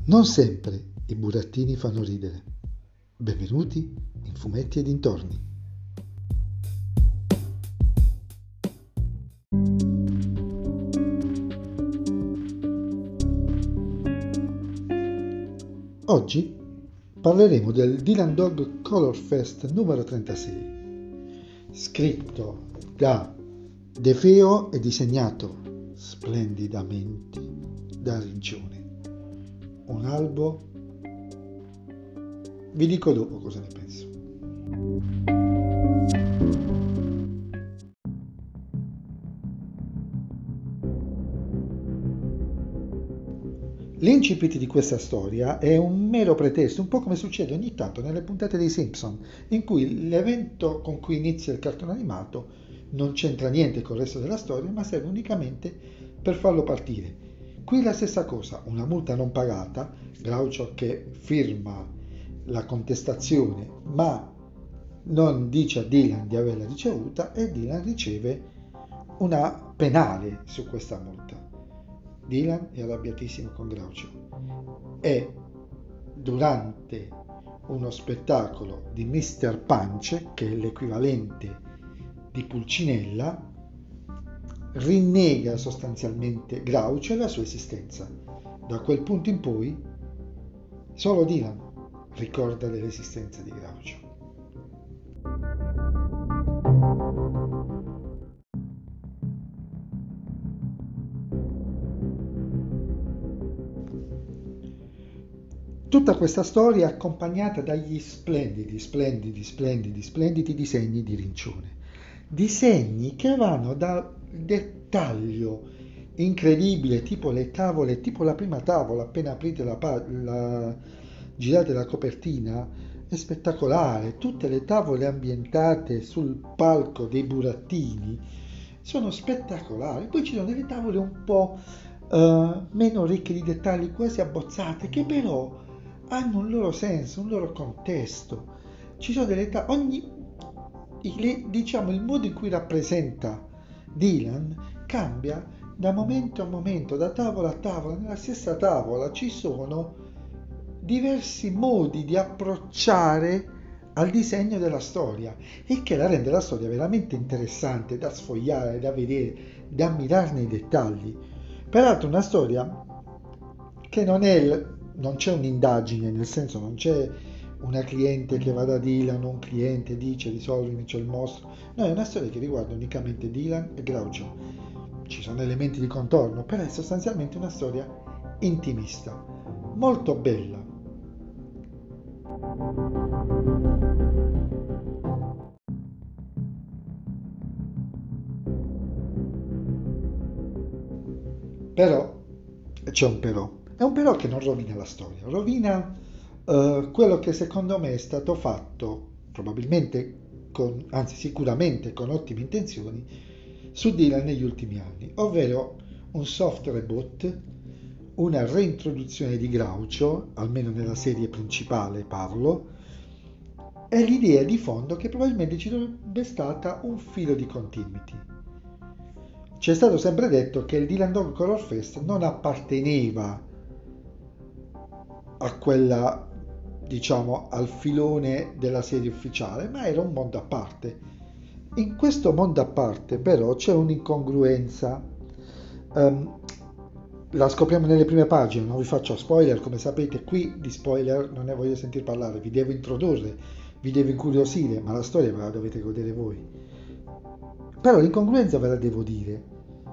Non sempre i burattini fanno ridere. Benvenuti in Fumetti e dintorni. Oggi parleremo del Dylan Dog Color Fest numero 36, scritto da De Feo e disegnato splendidamente da Rincione. Un albo, vi dico dopo cosa ne penso. L'incipit di questa storia è un mero pretesto, un po' come succede ogni tanto nelle puntate dei Simpson, in cui l'evento con cui inizia il cartone animato non c'entra niente con il resto della storia, ma serve unicamente per farlo partire. Qui la stessa cosa, una multa non pagata, Groucho che firma la contestazione ma non dice a Dylan di averla ricevuta e Dylan riceve una penale su questa multa. Dylan è arrabbiatissimo con Groucho e durante uno spettacolo di Mr. Punch, che è l'equivalente di Pulcinella, rinnega sostanzialmente Groucho e la sua esistenza. Da quel punto in poi solo Dylan ricorda dell'esistenza di Groucho. Tutta questa storia è accompagnata dagli splendidi disegni di Rincione. Disegni che vanno dal dettaglio incredibile, tipo le tavole, tipo la prima tavola, appena aprite girate la copertina, è spettacolare. Tutte le tavole ambientate sul palco dei burattini sono spettacolari. Poi ci sono delle tavole un po' meno ricche di dettagli, quasi abbozzate, che però hanno un loro senso, un loro contesto. Ci sono delle diciamo il modo in cui rappresenta Dylan cambia da momento a momento, da tavola a tavola. Nella stessa tavola ci sono diversi modi di approcciare al disegno della storia, e che la rende la storia veramente interessante da sfogliare, da vedere, da ammirarne i dettagli. Peraltro una storia che non c'è un'indagine, nel senso non c'è una cliente che va da Dylan, un cliente dice risolvimi, c'è il mostro. No, è una storia che riguarda unicamente Dylan e Groucho. Ci sono elementi di contorno, però è sostanzialmente una storia intimista, molto bella. Però c'è un però. È un però che non rovina la storia, rovina quello che secondo me è stato fatto, probabilmente sicuramente con ottime intenzioni, su Dylan negli ultimi anni, ovvero un soft reboot, una reintroduzione di Groucho, almeno nella serie principale parlo, e l'idea di fondo che probabilmente ci sarebbe stata un filo di continuity. Ci è stato sempre detto che il Dylan Dog Color Fest non apparteneva a quella, diciamo, al filone della serie ufficiale, ma era un mondo a parte. In questo mondo a parte però c'è un'incongruenza, la scopriamo nelle prime pagine, non vi faccio spoiler, come sapete qui di spoiler non ne voglio sentir parlare, vi devo introdurre, vi devo incuriosire, ma la storia ve la dovete godere voi. Però l'incongruenza ve la devo dire.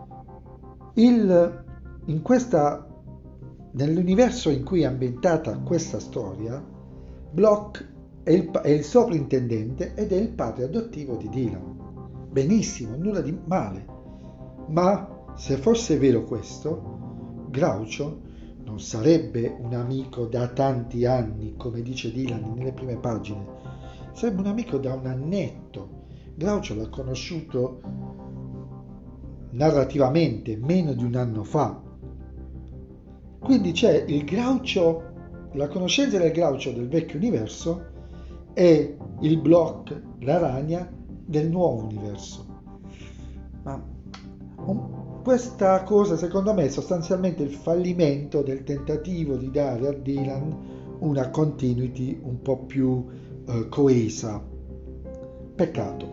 Nell'universo in cui è ambientata questa storia, Block è il sovrintendente ed è il padre adottivo di Dylan. Benissimo, nulla di male. Ma se fosse vero questo, Groucho non sarebbe un amico da tanti anni, come dice Dylan nelle prime pagine. Sarebbe un amico da un annetto. Groucho l'ha conosciuto narrativamente meno di un anno fa. Quindi c'è il Groucho, la conoscenza del Groucho del vecchio universo e il Block, la ragna del nuovo universo. Ma questa cosa secondo me è sostanzialmente il fallimento del tentativo di dare a Dylan una continuity un po' più coesa. Peccato.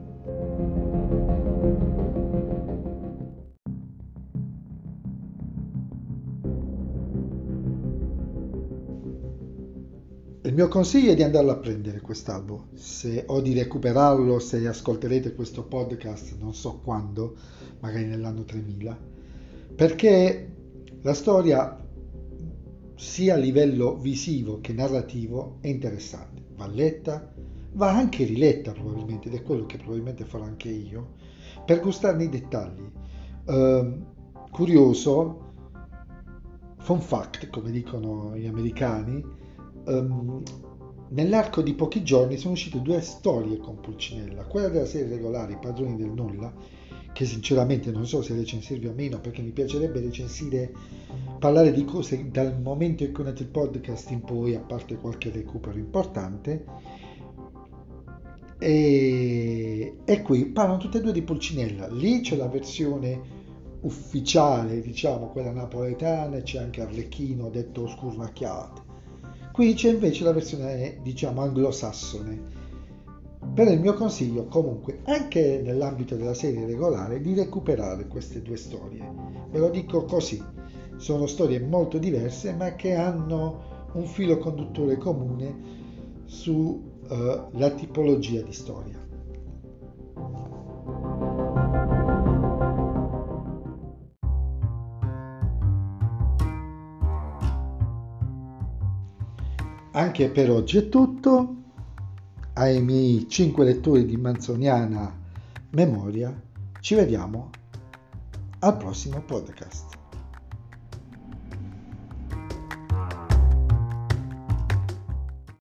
Il mio consiglio è di andarlo a prendere quest'album, o di recuperarlo se ascolterete questo podcast, non so quando, magari nell'anno 3000, perché la storia, sia a livello visivo che narrativo, è interessante. Va letta, va anche riletta probabilmente, ed è quello che probabilmente farò anche io, per gustarne i dettagli. Curioso, fun fact, come dicono gli americani, nell'arco di pochi giorni sono uscite 2 storie con Pulcinella, quella della serie regolare I Padroni del Nulla, che sinceramente non so se recensirvi o meno, perché mi piacerebbe recensire, parlare di cose dal momento in cui è nato il podcast in poi, a parte qualche recupero importante, e qui parlano tutte e 2 di Pulcinella. Lì c'è la versione ufficiale, diciamo quella napoletana, e c'è anche Arlecchino detto Scurnacchiate. Qui c'è invece la versione, diciamo, anglosassone. Per il mio consiglio, comunque, anche nell'ambito della serie regolare, di recuperare queste 2 storie. Ve lo dico così, sono storie molto diverse, ma che hanno un filo conduttore comune sulla tipologia di storia. Anche per oggi è tutto. Ai miei 5 lettori di Manzoniana Memoria, ci vediamo al prossimo podcast.